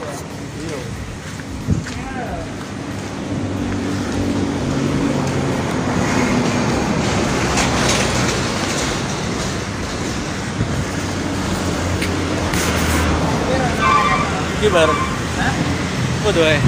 Iya. Iki bareng. Hah? Waduh ae.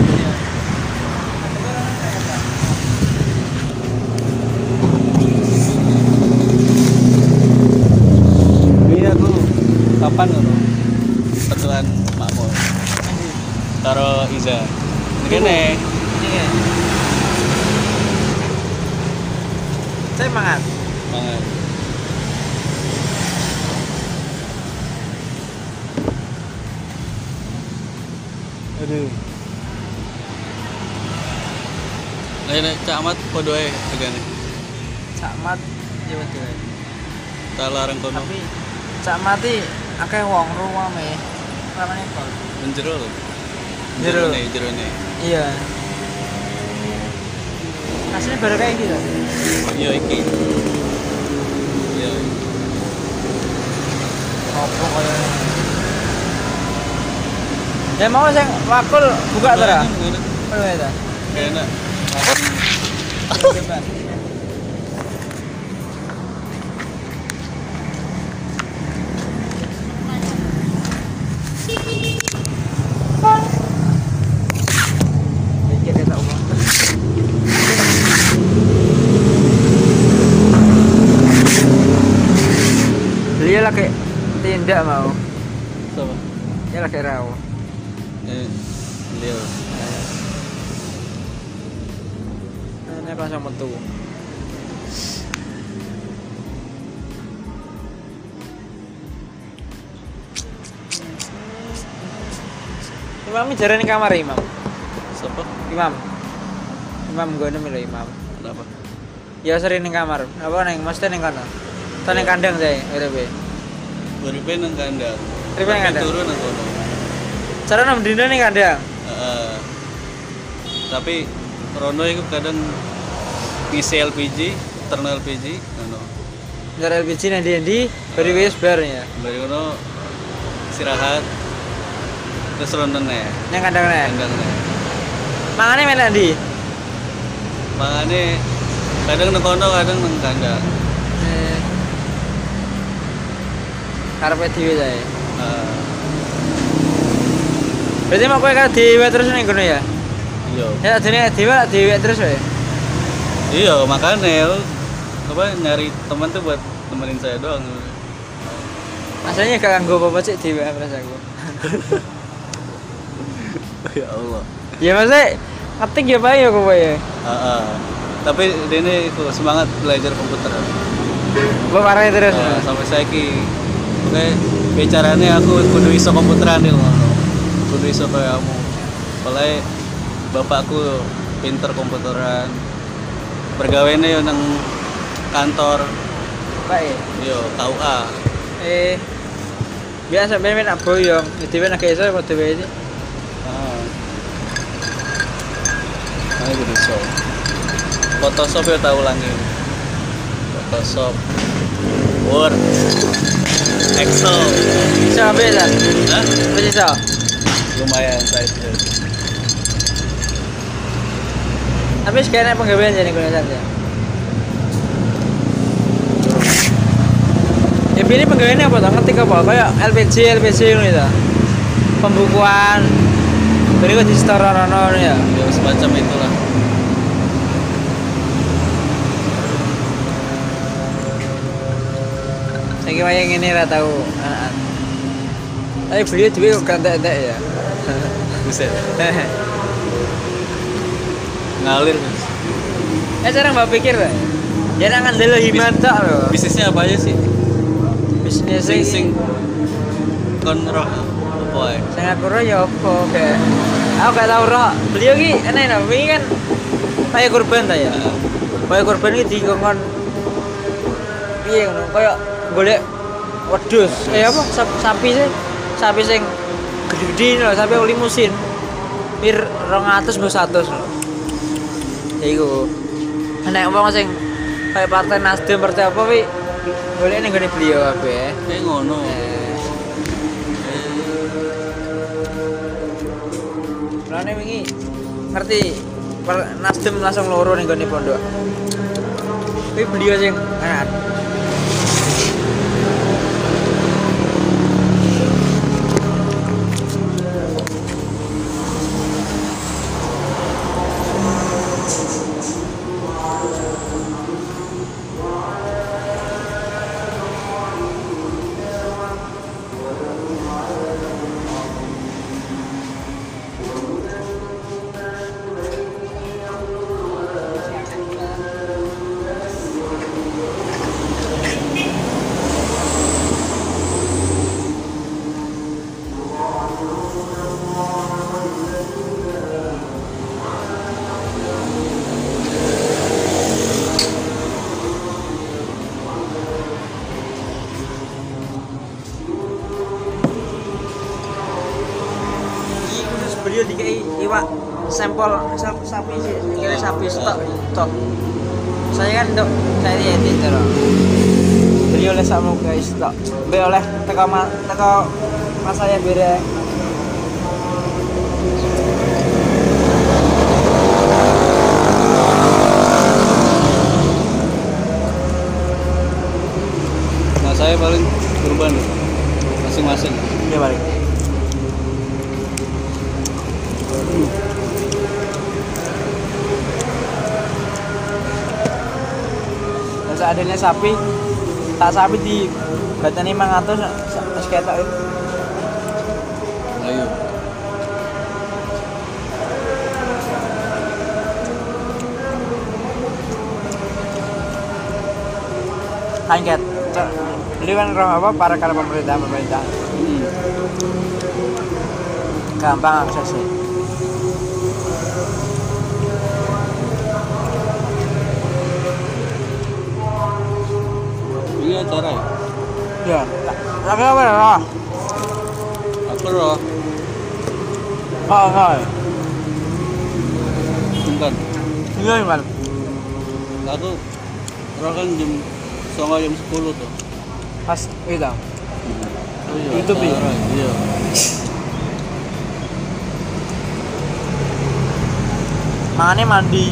Iya aku kapan ngono? Petuan makmur. Karo Iza. Kene. Iya. Saya mangan. Mangan. Aduh. Nek Cak Mat podo ae tegane. Cak Mat ya wis dhewe. Tak larang kono. Tapi Cak Mati akeh wong ruwame. Ramane kol. Menjero lho. Jero. Jerone. Iya. Aslinya baru kayak gitu. Iya iki. Iya. Opo kaya. Ya mau sing wakul buka ta? Kowe ta. Enak. Dikit ya tak omong. Beliau lagi tindak mau. Sama. Dia lagi rawo. Beliau. Ini langsung metu. Imam ini jarang di kamar ya, Imam. Siapa? Imam. Imam gue nemu Imam. Kenapa? Ya sering di kamar. Apa neng? Mesti neng kana. Tane kandang saya, udah Beripe nang kandang. Beripe nang kandang. Turun nang kono. Cara nang dina nih kandang. Tapi Rono itu kadang ngisi LPG, terminal LPG, ngono. Cara LPG nang di, beri wis bar ya. Bari kono istirahat. Terus Rono nih. Nang kandang nih. Kandang nih. Mangane melek ndi? Mangane kadang nang kono, kadang nang kandang. Karepe dhewe ta. Heeh. Berarti mau kowe ka dhewe terus ning kono ya? Iya. Ya dhewe terus wae. Iya, makanya apa nyari teman tuh buat temenin saya doang. Asalnya gak kanggo apa-apa sih dhewe rasaku. Ya Allah. Ya maksudnya ngetik ya Pak ya kowe ya. Heeh. Tapi ini semangat belajar komputer. Gua marah terus. Sampai saiki. Oke, bicaranya aku kudu iso komputeran nih ngono. Kudu iso kayak kamu. Soalnya bapakku pinter komputeran. Bergawene yo nang kantor. Pak ya. Yo, KUA. Biasa main nak boyong, dhewe nak iso apa dhewe iki. Ini kudu iso. Photoshop yo tau ulangi. Photoshop, Word, Excel. Bisa apa ya? Hah? Bisa. Lumayan saya itu. Tapi sekarang penggawean jadi kuliah saja. Ya ini penggaweannya apa? Ngetik apa? Kayak LPG ini ta. Pembukuan. Beri ke di store ono ya. Ya semacam itulah. Saya kira yang ini lah tahu. Tapi beliau juga kok gantek-gantek ya. Buset. Ngalir Mas. Sekarang mbak pikir Pak. Jangan dulu himata loh. Bisnisnya apa aja sih? Bisnis Sing kon roh apa ae? Singapura ya apa kayak. Aku gak tahu roh. Beliau ki enak ini kan kayak korban ta ya. Kayak korban ki dikongkon piye ngono kayak golek wedhus. Apa sapi sih? Sapi sing gede-gede lho, sapi limusin. Pir 200 mbok 100 lho. Ya iku. Nek wong sing kayak partai Nasdem partai apa wi golek ning gone beliau kabeh. Kayak ngono. makanya wingi ngerti Nasdem langsung loro ning gone pondok. Kuwi beliau sing enak. Beliau dikai iwak sampel sapi sih, kira sapi stok. Saya kan dok cari edit terus. Beliau oleh sama guys stok. Beliau oleh teka mas saya beda. Nah saya paling kurban masing-masing. Iya balik. Dan seadanya sapi, tak sapi di batani mangatus ketok itu. Ayo. Angket. Beli kan roh apa para pemerintah. Gampang aksesnya. Ini acara ya? Ya. Lagi apa ya? Aku roh. Oh, enggak. Bukan. Iya, gimana? Aku roh kan jam 10 tuh. Pas itu. Oh, iya, YouTube ya? acara, iya. Makanya mandi.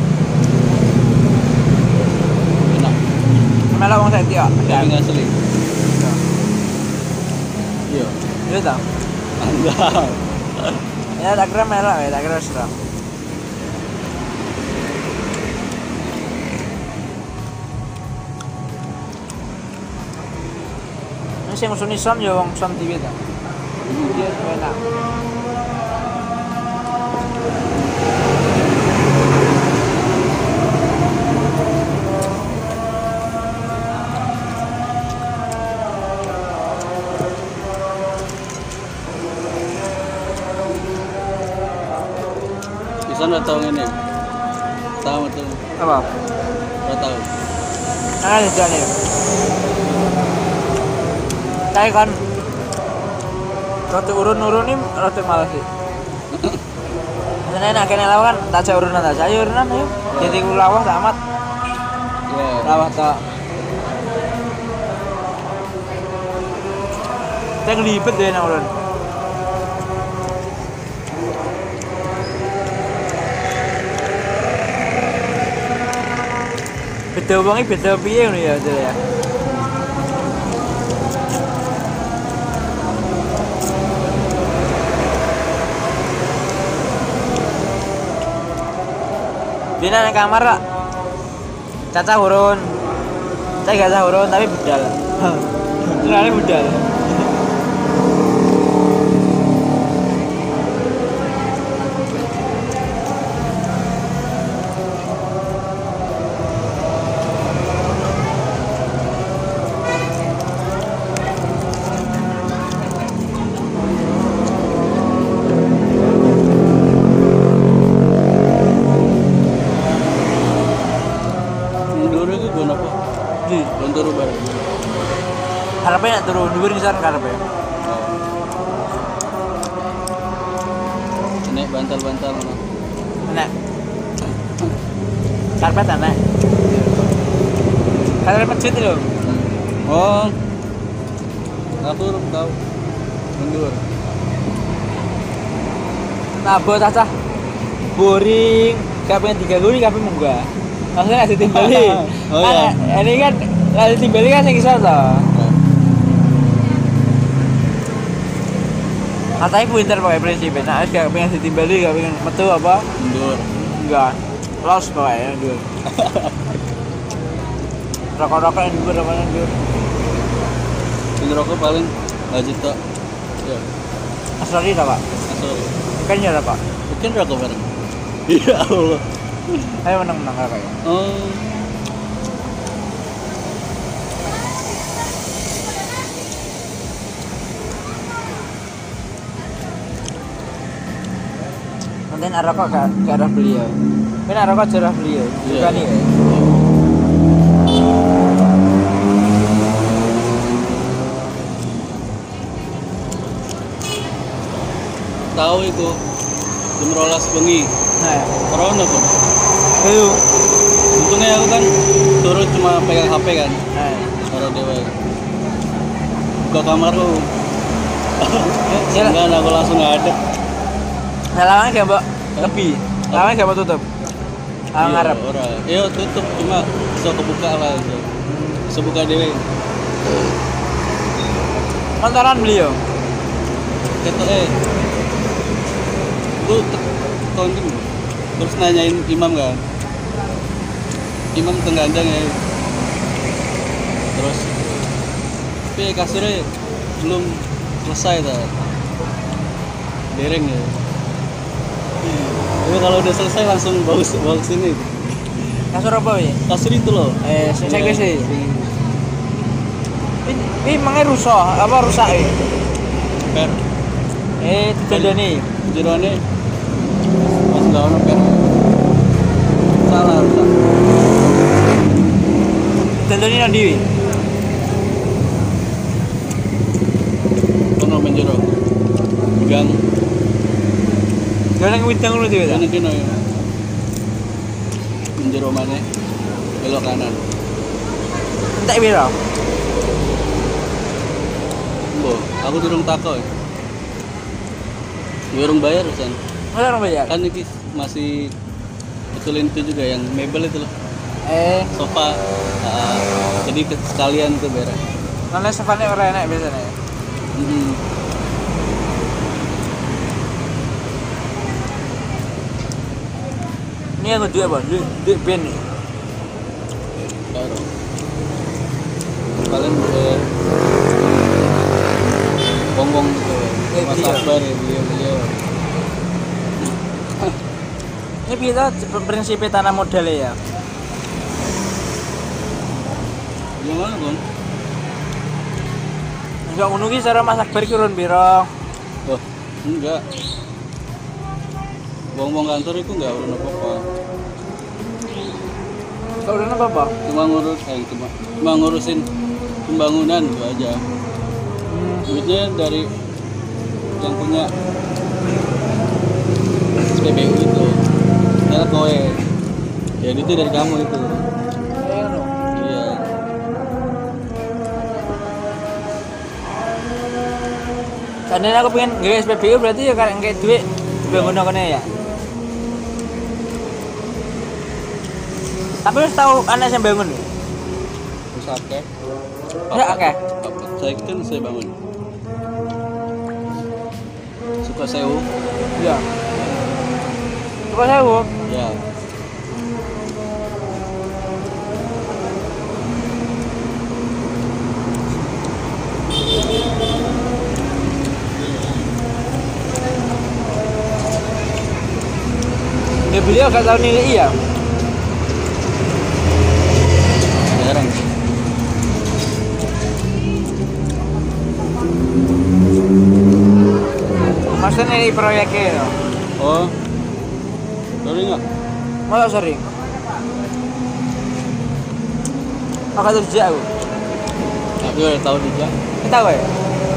Enak. Melak wong saya tiap. Tapi asli. Iya. Iya tau. Enggak. Ya tak kira melak ya, tak kira serang. Ini sing usuni son ya wong son TV ta. Dia enak. Bisa nggak tahu ini? Tahu tuh. Apa? Nggak tahu. Ada jadi. Kayak kan roti urun ini roti malas sih. Karena kene lawan kan tak urunan tak saya urunan yuk. Jadi lawah tak amat. Ya. Lawah tak. Saya ngelipet deh nang urun. Beda wonge beda piye ngono ya Del ya. Dina nang kamar lah. Caca urun. Saya gak sah urun tapi budal. Terus budal. Dulu itu gue apa? Di Gontor bareng. harapnya nak turun dhuwur ngisor karepe. Ini bantal-bantal mana? Enak. Karpet enak. Karpet masjid lho. Oh, aku belum tahu. Mundur. Abo cacah boring, gak pengen diganggu gak pengen munggah. Maksudnya nggak ditimbali. Oh iya. Ini kan nggak ditimbali kan yang kisah toh. Katanya pinter pakai prinsip. Nah, gak pengen ditimbali, gak pengen metu apa? Mundur. Enggak. Los pokoknya dulu. Rokok-rokok yang dulu rokoknya dulu. Ini rokok paling budget tok. Ya. Asli tak pak? Asal. Kan ya pak. Mungkin rokok bareng. Ya Allah. Ayo menang-menang rokoknya. Oh. Nanti rokok gak arah beliau. Ini rokok jarah beliau. Iya. Bukan nih. Tahu itu jam rolas bengi. Nah, Corona pun. itu. Untungnya aku kan turun cuma pegang HP kan. Nah, Taruh dewe. Buka kamarku. ya, Enggak, aku langsung ngadep. lawangan gak mbak? Lebih. Lawangan gak mau tutup. Lawangan ngarep. Ora. Iya tutup cuma bisa kebuka lah itu. Bisa buka dewe. Montoran beliau. Ketok itu konting terus nanyain imam kan. Imam tenggandang ya. Terus tapi kasurnya belum selesai ta. Dereng ya. Tapi kalau udah selesai langsung bawa sini. Kasur apa ya? Kasur itu loh. Saya sih. Ini emangnya rusak ya? Per Beda nih. jeroane pas nggak ono per. Salah rusak. Beda nih nanti. Ono menjero. Gang. Jangan ngwidang lu tuh. Kan kene ya. Menjero mana? Belok kanan. Entek piro? Mbok, aku durung takok. Durung bayar San. Masa orang bayar? Kan ini masih betulin itu juga yang mebel itu loh. Sofa. Jadi sekalian tuh beres. Nolnya sofanya orang enak biasanya. Ini aku juga bang, duit ben nih. Baru. Paling bongbong gitu. Mas beliau. Akbar ya beliau. Ini kita prinsipnya tanah modal ya. Gimana Bang? Enggak ngono ki cara Mas Akbar ki urun piro? Oh, enggak. Bongbong kantor itu enggak urun apa-apa. Enggak urun apa-apa? Cuma ngurusin pembangunan itu aja. Duitnya dari yang punya SPBU itu. Ya kowe. Ya itu dari kamu itu. Iya. Karena aku pengen gawe SPBU berarti ya karek ngek duit bangun kene ya. Tapi wis tau ana sing bangun. Terus akeh. Ya akeh. Saya kan saya bangun. Suka sewu. Iya. Coba saya bu. Ya. Dia beliau gak tahu nilai iya. Jarang. Maksudnya nilai proyeknya ya. Oh. Sorry nggak? Masa sering? Aku kerja aku. Tapi udah tahu juga. Kita apa ya?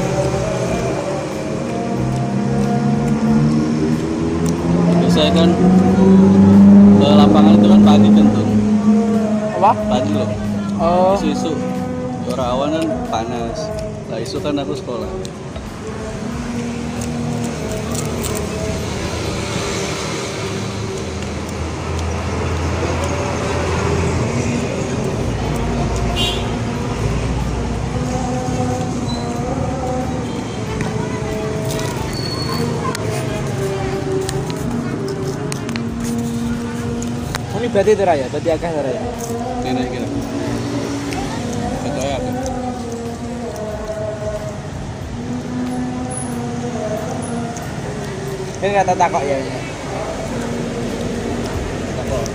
Biasanya kan ke lapangan itu kan pagi kan tuh. Apa? Pagi loh. Oh. Isu-isu. Orang awan kan panas. Lah isu kan aku sekolah. Tapi berarti itu raya, berarti akeh raya. Ini kira. Percaya aku. Kan kata takok ya. Takut.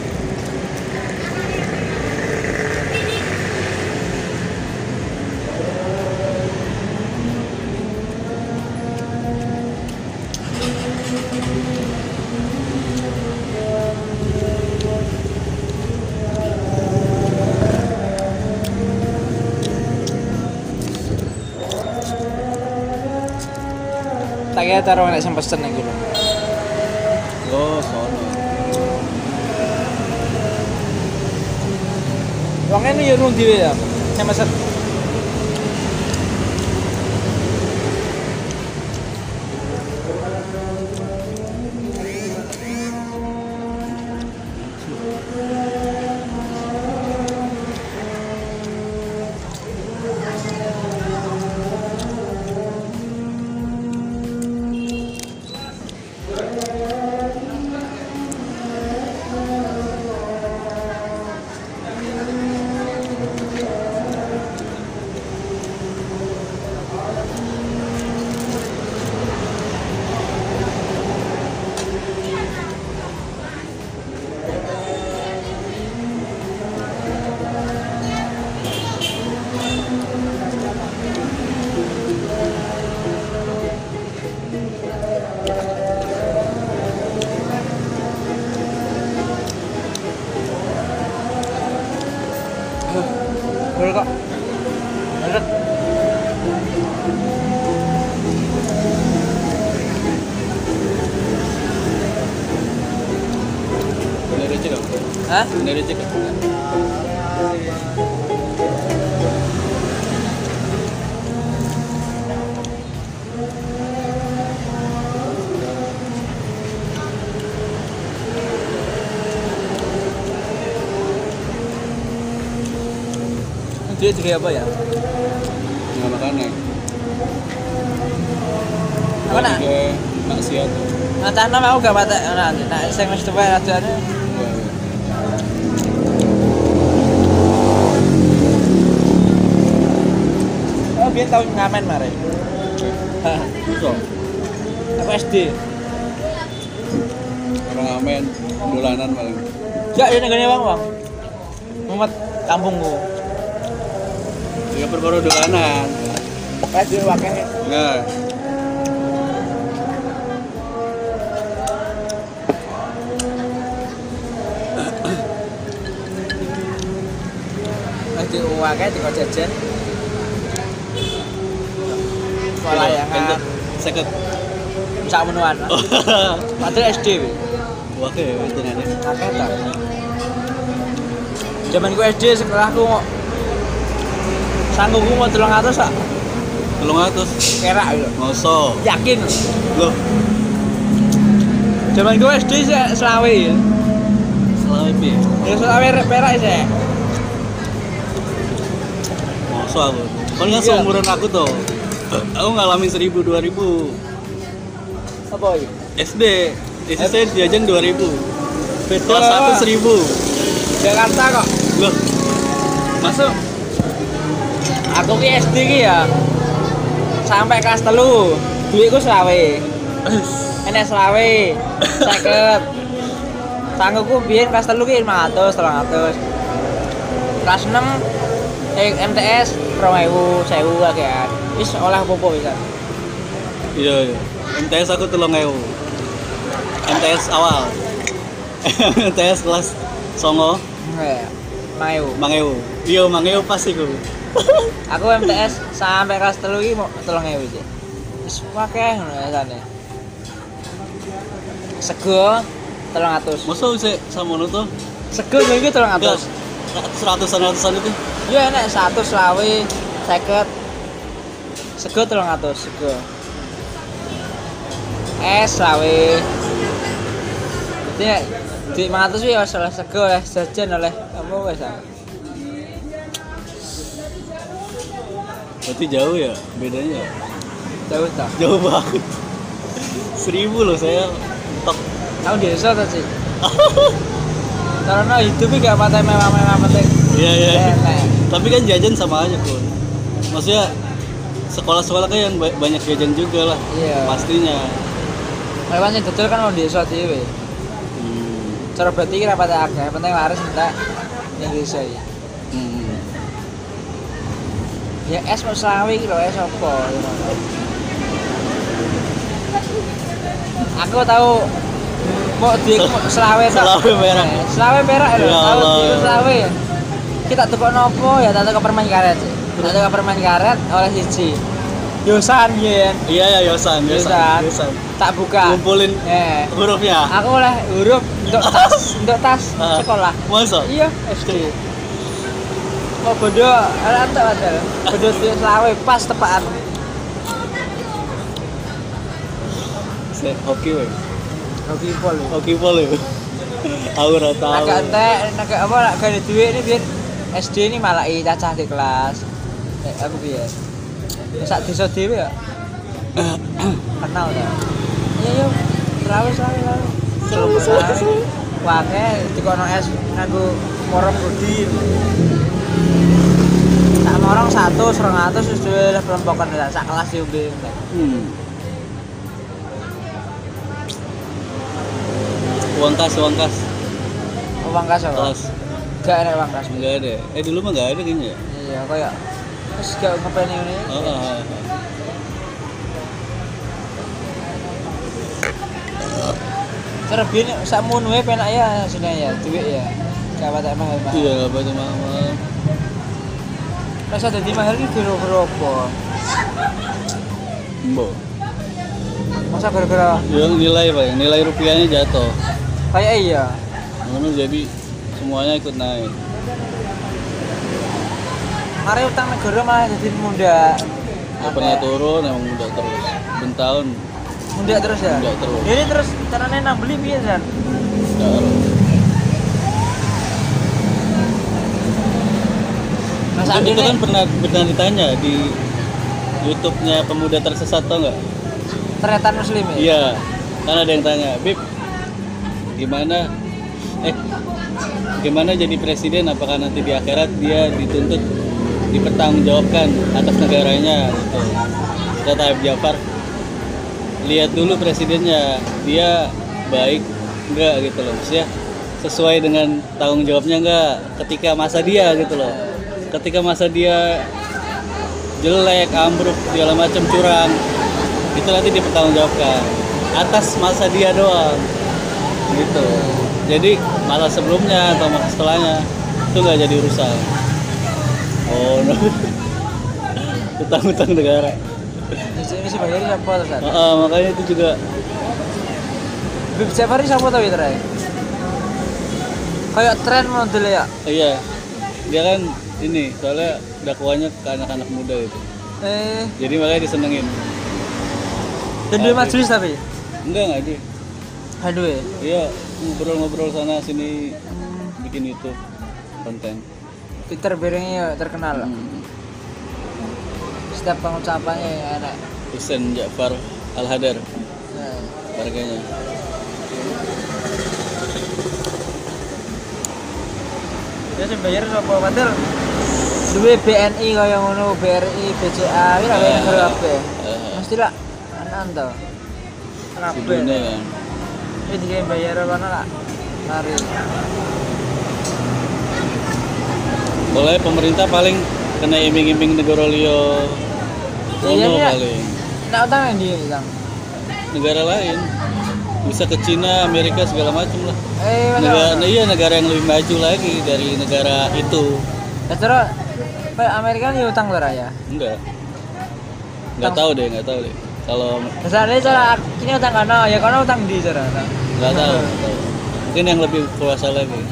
Tak kira taruh nek sing pesen nang kono. Oh, sono. Wong ini yo nundi ya. Sing pesen. Boleh kok. Enak. Ini recek dong. Hah? Ini recek. Dia juga apa ya? Nggak makanan. Apa nak? Juga maksiat. Ngacah nama aku gak batek. Nah, sing wis tuwek adane. Oh, biar tau ngamen mare. Hah. Betul. Aku SD. Orang amen, dolanan paling. Ya, ini gini bang. Mumet kampungku. Ya perbaru dolanan. SD wakil. Nah, SD wakil di kota jajan. Sekolah yang seket. sak menuan. Padahal SD. Oke, itu nanti. Akeh ta. Zaman ku SD sekolahku kok sanggupku mau 300 sak. 300. Kerak lho. Ngoso. Yakin. Loh, Zaman gue SD sih selawe ya. selawe piye? Ya selawe perak sih. Ngoso aku. Kan kan Iya. seumuran aku tuh. Aku ngalamin 1000 2000. Apa iki? SD. SD jajan 2000. Beda. Kelas 1 1000. Jakarta kok. Loh. Masuk. Aku ki SD ki ya. Sampai kelas 3. Duitku selawe. Enek selawe. 50. Sanggupku biyen kelas 3 ki 500, 300. Kelas 6 MTS 2000, 1000 akean. Wis oleh apa-apa bisa. Iya, iya. MTS aku 3000. MTS awal. MTS kelas songo Enggak. Mayu. 5000. Iya, 5000 pas iku. Aku MTS sampai kelas 3 iki mau 3000 sih. Wis akeh ngono ya sane. Sego 300. Masa sih samono tuh? Sego iki 300. Ratusan itu. Iya enek 100 selawe 50. Sego 300 sego. Selawe. Jadi di 500 ya oleh sego oleh jajan oleh apa wis. Berarti jauh ya bedanya? Jauh ta. Jauh banget. 1000 loh saya tok. Tahu desa ta sih? Karena hidupnya gak pakai mewah-mewah penting. Iya iya. Enak. Tapi kan jajan sama aja pun. Maksudnya sekolah-sekolah kan yang banyak jajan juga lah. Iya. Pastinya. Mewah sing dodol kan wong desa dhewe. Cara berarti kira pada akeh, penting laris entek ning desa iki. Ya es mau selawe iki lho es apa. Aku tahu mau duwe selawe tok. Selawe merah. Selawe merah lho, Ya tahu Allah. duwe selawe. Kita tukok nopo ya tak tukok permen karet. Tak tukok permen karet oleh siji. Yosan yen. Iya ya Yosan. Tak buka. Ngumpulin hurufnya. Aku oleh huruf untuk tas sekolah. Masa? Iya, SD. Kok bodo entek padahal. Bodo selawe pas tepaan. Hoki we. Hoki pol. Hoki pole. Aku ora tahu. Agak entek, agak apa lak gane duit ini biar SD ini malah cacah di kelas. Aku biar. Sak desa dhewe ya. Kenal ta. Iya yo, selawe. Wae dikono es nganggo morong Udin. Tak morong 100, 200 wis dhewe kelompokan sak kelas diombe. Uang kas. Uang kas apa? Kelas. Gak ada uang kas. Enggak ada. Dulu mah enggak ada kayaknya. Iya, kayak terus gak ngepeni ini. Cara biyen sakmono wae penak ya jenenge ya, duit ya. Gak patek mahal-mahal. Iya, enggak patek mahal. Rasa dadi mahal iki gara-gara apa? Mbok. Masa gara-gara Yang nilai, Pak, nilai rupiahnya jatuh. kayak iya. Ngono jadi semuanya ikut naik. Mari utang negara malah jadi munda. Ya, pernah turun emang udah terus. Ben tahun Munda terus ya? Munda terus. Jadi terus caranya nang beli piye, San? Mas Andi Itu kan pernah ditanya di YouTube-nya Pemuda Tersesat, tau nggak? Tretan muslim ya? Iya, kan ada yang tanya, Bib, gimana jadi presiden? Apakah nanti di akhirat dia dituntut dipertanggungjawabkan atas negaranya? Gitu. Kata Habib Jafar, lihat dulu presidennya, dia baik enggak gitu loh, maksudnya sesuai dengan tanggung jawabnya enggak ketika masa dia gitu loh. Ketika masa dia jelek, ambruk, segala macam curang, itu nanti dipertanggungjawabkan atas masa dia doang gitu. Jadi masa sebelumnya atau masa setelahnya itu nggak jadi urusan. Oh no. Utang-utang negara. Ini sih bayar siapa tuh, San? Makanya itu juga. Bib Jafari siapa tau ya terakhir? Kayak tren model ya? Iya, dia kan ini soalnya dakwaannya ke anak-anak muda gitu. Jadi makanya disenengin. Dan dua majelis tapi? Enggak dia. Aduh ya? Iya, ngobrol-ngobrol sana sini, bikin YouTube konten. Peter Berengnya terkenal. Setiap pengucapannya enak. Husain Ja'far Al-Hadar Nah. harganya. Dia sih bayar apa padahal duwe BNI kaya ngono, BRI, BCA, iki ra bayar negara kabeh. Mesti lah anan to. Kabeh. Sidune kan. Iki dikene bayar apa lah. Mari. Oleh pemerintah paling kena iming-iming negara liya. Iya, Ono iya. paling. Nah, utang yang dia Kang. Negara lain. Bisa ke Cina, Amerika segala macam lah. Masa. Iya negara yang lebih maju lagi dari negara itu. Ya terus kayak Amerika kan utang ora ya? Enggak tahu deh. Kalau Misalnya cara ini utang kana, ya kana utang di cara. nggak tahu. Mungkin yang lebih kuasa lagi.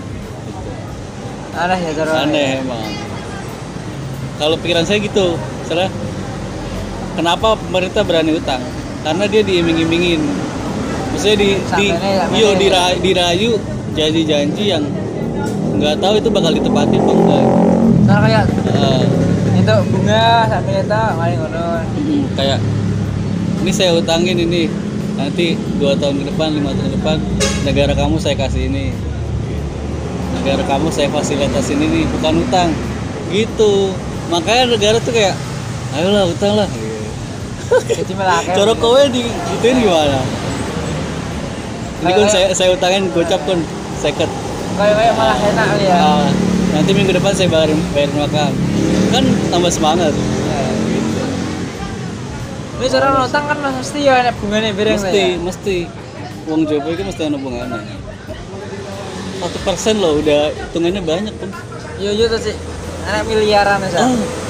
Aneh ya cara. Aneh emang. Kalau pikiran saya gitu, misalnya kenapa pemerintah berani utang? Karena dia diiming-imingin. Maksudnya dirayu janji-janji yang nggak tahu itu bakal ditepati apa enggak. Cara kayak itu bunga sampai itu maling ngono. Kayak ini saya utangin ini nanti 2 tahun ke depan, 5 tahun ke depan negara kamu saya kasih ini. negara kamu saya fasilitasin ini bukan utang gitu. Makanya negara tuh kayak ayolah utang lah Jadi malah akeh. corok kowe di gituin gimana ini kan saya utangin gocap kan seket Kayak malah enak kali ya. nanti minggu depan saya bayarin makan kan tambah semangat gitu. Ini cara utang kan mesti ya enak bunganya bareng mesti uang Jopo itu mesti ada bunganya 1% loh udah hitungannya banyak pun Iya tuh sih. Anak miliaran aja.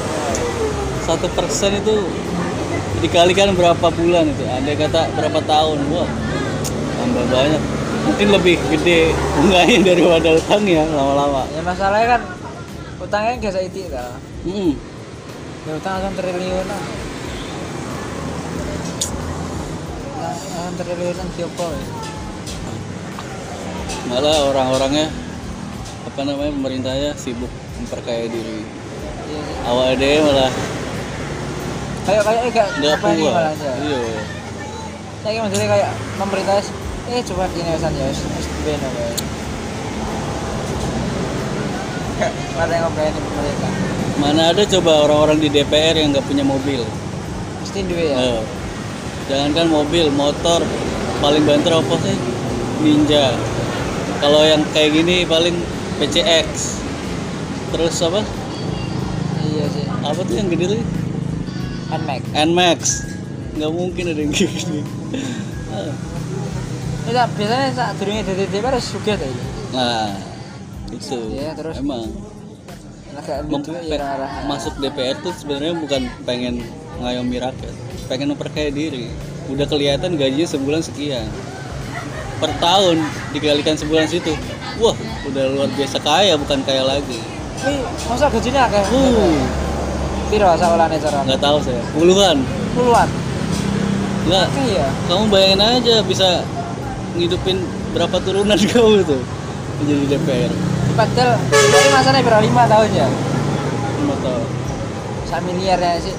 1% itu dikalikan berapa bulan itu ada kata berapa tahun wah tambah banyak mungkin lebih gede bunganya daripada utangnya lama-lama Ya masalahnya kan utangnya gak seiti kan. Ya utang akan triliunan. Akan triliunan siapa ya? Malah orang-orangnya apa namanya pemerintahnya sibuk memperkaya diri Iya. awal deh malah Kayak nggak apa ini puas malah aja. iya Saya kayak maksudnya kayak pemerintah coba gini wesan ya wis ben apa ya. Ada yang ngobrolin di pemerintah. mana ada coba orang-orang di DPR yang nggak punya mobil Mesti duit ya. jangankan mobil motor paling banter apa sih Ninja kalau yang kayak gini paling PCX terus apa Iya sih. apa tuh yang gede tuh Nmax. Nmax nggak mungkin ada yang gini Itu biasanya saat durungnya dari DPR harus sugih ta iki. nah itu Iya, terus emang agak lucu ya arah. masuk DPR tuh sebenarnya bukan pengen ngayomi rakyat pengen memperkaya diri udah kelihatan gajinya sebulan sekian per tahun dikalikan sebulan situ wah udah luar biasa kaya bukan kaya lagi Ini masa gajinya akeh. Piro sawalane carane? nggak tahu saya puluhan Puluhan. nggak Iya. kamu bayangin aja bisa ngidupin berapa turunan kamu tuh menjadi DPR Padahal dari masanya berapa 5 tahun ya? 5 tahun 1 miliar ya sih.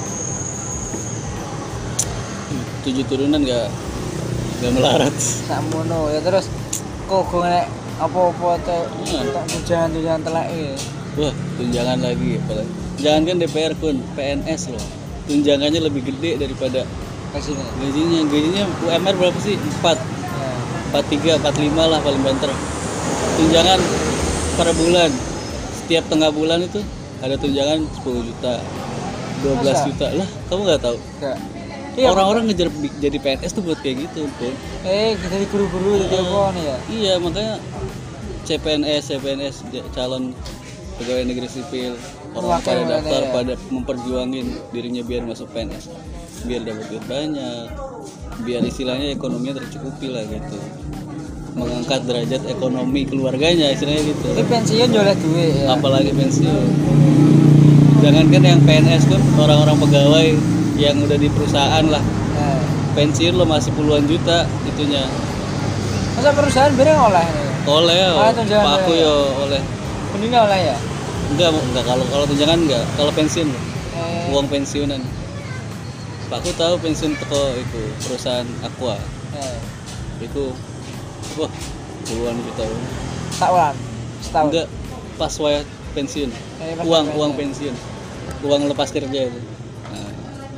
7 turunan nggak melarat Sakmono ya terus kok nek apa-apa tuh Nah. tunjangan telek iki. wah tunjangan lagi apalagi jangan kan DPR pun PNS loh tunjangannya lebih gede daripada Ke sini. gajinya UMR berapa sih 4 Ya. 43 45 lah paling banter tunjangan per bulan setiap tengah bulan itu ada tunjangan 10 juta 12 Masa? juta lah kamu nggak tahu Enggak. Iya, orang-orang ngejar jadi PNS tuh buat kayak gitu pun kita di guru-guru di telepon ya. iya makanya CPNS calon pegawai negeri sipil orang Wakil pada daftar ya. pada memperjuangin dirinya biar masuk PNS biar dapat duit banyak biar istilahnya ekonominya tercukupi lah gitu mengangkat derajat ekonomi keluarganya istilahnya gitu Ini pensiun jual duit ya. apalagi pensiun jangankan yang PNS kan orang-orang pegawai yang udah di perusahaan lah Nah. pensiun lo masih puluhan juta itunya Masa perusahaan bareng oleh ini. oleh ya tunjangan Pak aku oleh. yo oleh Benih oleh ya. enggak kalau tunjangan enggak kalau pensiun Eh, uang pensiunan Pak aku tahu pensiun toko itu perusahaan Aqua itu wah puluhan juta Setahun. Setahun. enggak pas waya pensiun Pas uang pensiun uang lepas kerja itu nah,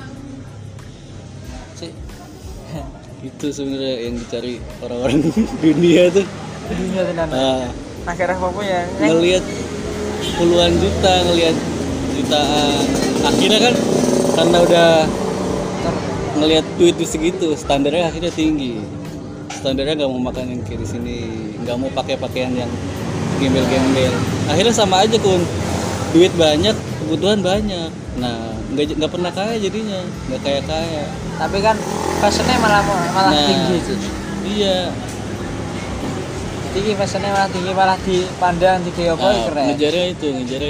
Sih. itu sebenarnya yang dicari orang-orang dunia tuh Dunia tenan. nah, Akhirnya apa ya? ngelihat puluhan juta ngelihat jutaan akhirnya kan karena udah ngelihat duit di segitu standarnya akhirnya tinggi standarnya nggak mau makan yang kayak di sini nggak mau pakai pakaian yang gembel-gembel akhirnya sama aja kun duit banyak kebutuhan banyak nah nggak pernah kaya jadinya nggak kaya Tapi kan fashionnya malah nah, tinggi sih. iya Tinggi fashionnya malah tinggi malah dipandang di apa keren. ngejarnya itu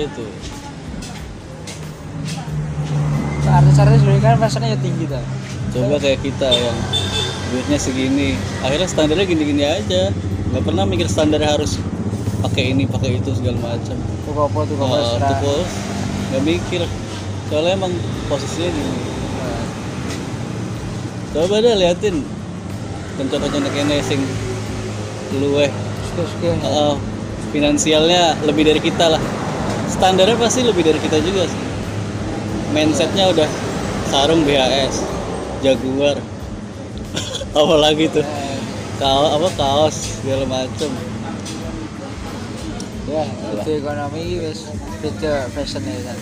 Artis-artis dulu kan fashionnya ya tinggi tuh. coba kayak kita yang duitnya segini akhirnya standarnya gini-gini aja nggak pernah mikir standar harus pakai ini pakai itu segala macam Tuh apa tuh bos nggak mikir soalnya emang posisinya gini coba deh liatin konco-konco kene sing luweh Suka-suka. finansialnya lebih dari kita lah. Standarnya pasti lebih dari kita juga sih. Mindsetnya udah sarung BHS, Jaguar, apalagi tuh kaos segala macem. Ya itu ekonomi wis beda fashionnya kan.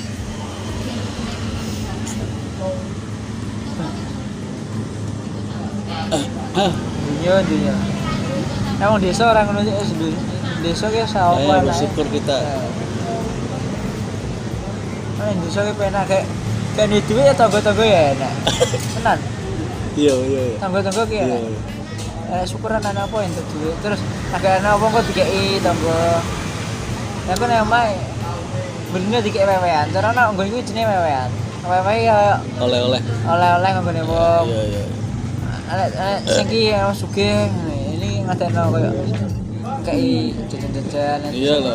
Dunia emang desa orang Indonesia desa kayak sawah Ya, bersyukur kita. Desa kayak penak kayak nih duit ya tangga-tangga ya enak tenan Iya. tangga-tangga kayak syukuran anak apa yang duit terus agak anak apa kok dikei tangga ya kan yang mai belinya dikei wewean cara anak nggak ini jenis wewean ya Oleh-oleh nggak nih bom Iya. anak sengki yang sugih ini ngatain kayak jajan-jajan Iyalah.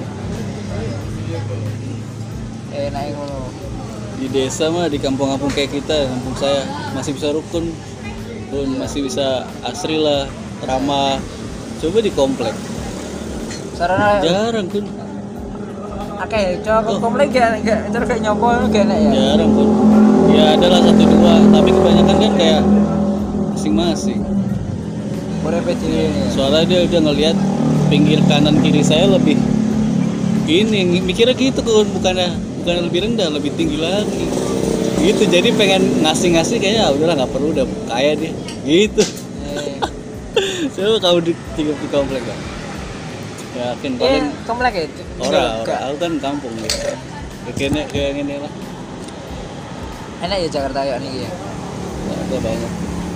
enak ngono Di desa mah, di kampung-kampung kayak kita, kampung saya masih bisa rukun, masih bisa asri lah, ramah. Coba di komplek, sarana jarang kun. akeh cowok komplek gak cara kayak nyopo gak enak ya Jarang kun. Ya adalah 1-2, tapi kebanyakan kan kayak masing-masing. Urip dhewe. Soalnya dia udah ngelihat pinggir kanan kiri saya lebih ini, mikirnya gitu kun, bukan lebih rendah, lebih tinggi lagi. Gitu, jadi pengen ngasih kayaknya udahlah nggak perlu, udah kaya dia. Gitu. Coba kamu tinggal di komplek kan? Yakin paling komplek ya? orang aku kan kampung gitu. Kayak gini lah. Enak ya Jakarta kayak nih ya. Ada banyak.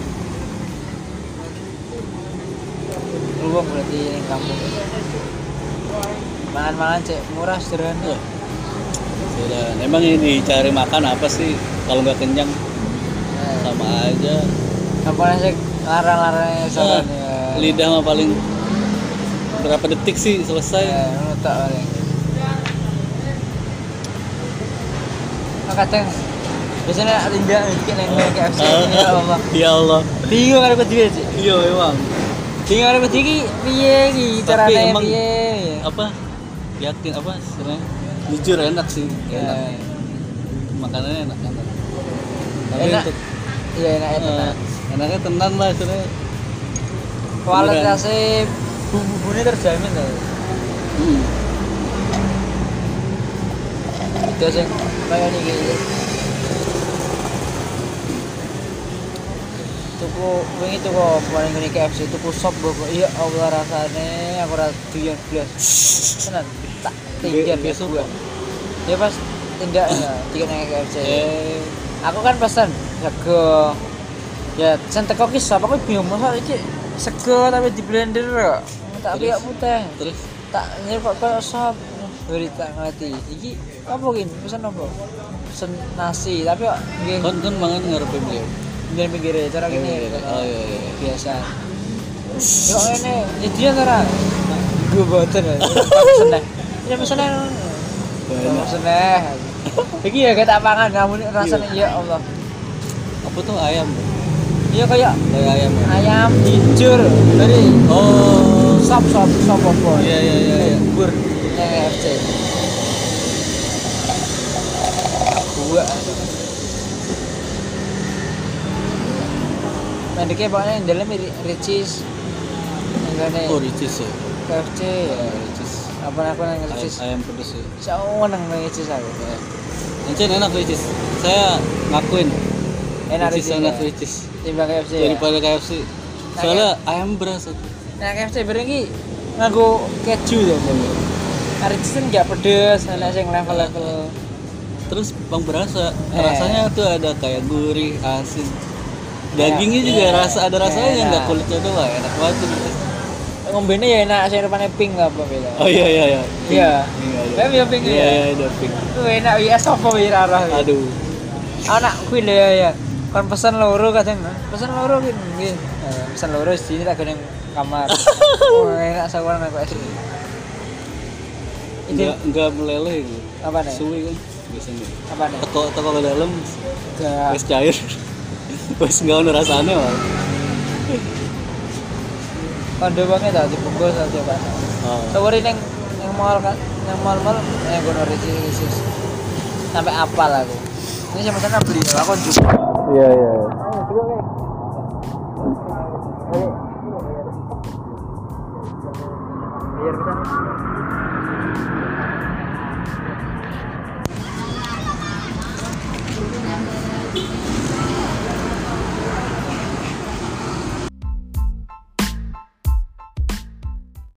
Luang berarti yang kampung. Mangan-mangan cek murah sederhana. Sudah, emang ini cari makan apa sih kalau nggak kenyang? Sama aja. Apa sih larang-larangnya saran ya? Lidah mah paling berapa detik sih selesai. Tak paling. Kadang biasanya Linda bikin yang KFC ya Allah. Ya Allah. Bingung kan aku juga sih. Iya emang. Bingung kan aku juga piye iki carane piye. Apa? Yakin apa sebenarnya? Jujur enak sih. Enak. Makanannya enak. Tapi Enak. untuk Iya enak. enaknya tenan lah sebenarnya. Kualitasnya bumbu-bumbunya terjamin lah. Itu sih kayak ini gitu. Wingi tuku paling ngene KFC tuku sop bobok. Iya Allah rasane aku ora doyan blas. Tenan tak tinggal besok. Ya pas tindak tiket nang KFC. Aku kan pesan sego. Ya sen teko ki sop aku bingung masa iki sego tapi di blender. Tak piye putih. Terus tak nyerok koyo sop. Beri tak ngerti. Iki apa ki? Pesan apa? Pesen nasi tapi kok nggih kon mangan ngarepe beliau. biar pinggirnya cara gini Iya. biasa yuk ini jadinya cara gue boten peseneh ini peseneh peseneh ini ya kita pangan namun rasanya ya Allah Apa tuh ayam? iya kayak Ayam. hijau dari sop apa Iya. bubur KFC gua mendeknya pokoknya yang dalam Ricis enggak Oh, Ricis ya. KFC ya Ricis. apa nang Ricis Ayam pedes ya. jauh nang Ricis aku Encen enak Ricis. Saya ngakuin. enak Ricis enak Ricis. timbang KFC Daripada KFC. Soalnya ayam berasa tuh. nah KFC berarti nganggo keju ya Ricis kan nggak pedes enak sing level-level Terus bang berasa. Rasanya tuh ada kayak gurih, asin. Dagingnya juga ada rasanya, nggak kulitnya doang, enak banget tuh. ngombene ya enak sing rupane pink apa beda Oh iya. iya kan ya pink ya Iya, pink. tuh enak ya apa ya arah Aduh. anak kuwi lho ya kan pesan loro kadang pesan loro ki nggih pesan loro sini tak gene kamar enak sawan aku es Enggak meleleh gitu. apa nih Suwi kan biasanya. apa nih Teko ke dalam enggak wis cair. Wis enggak ono rasane malah. kondo banget dah dibungkus aja kan. Oh. Tawari neng mall kan, neng mall yang gue khusus sampai apal aku. Ini sama sana beli, aku juga. Iya iya. Biar bisa.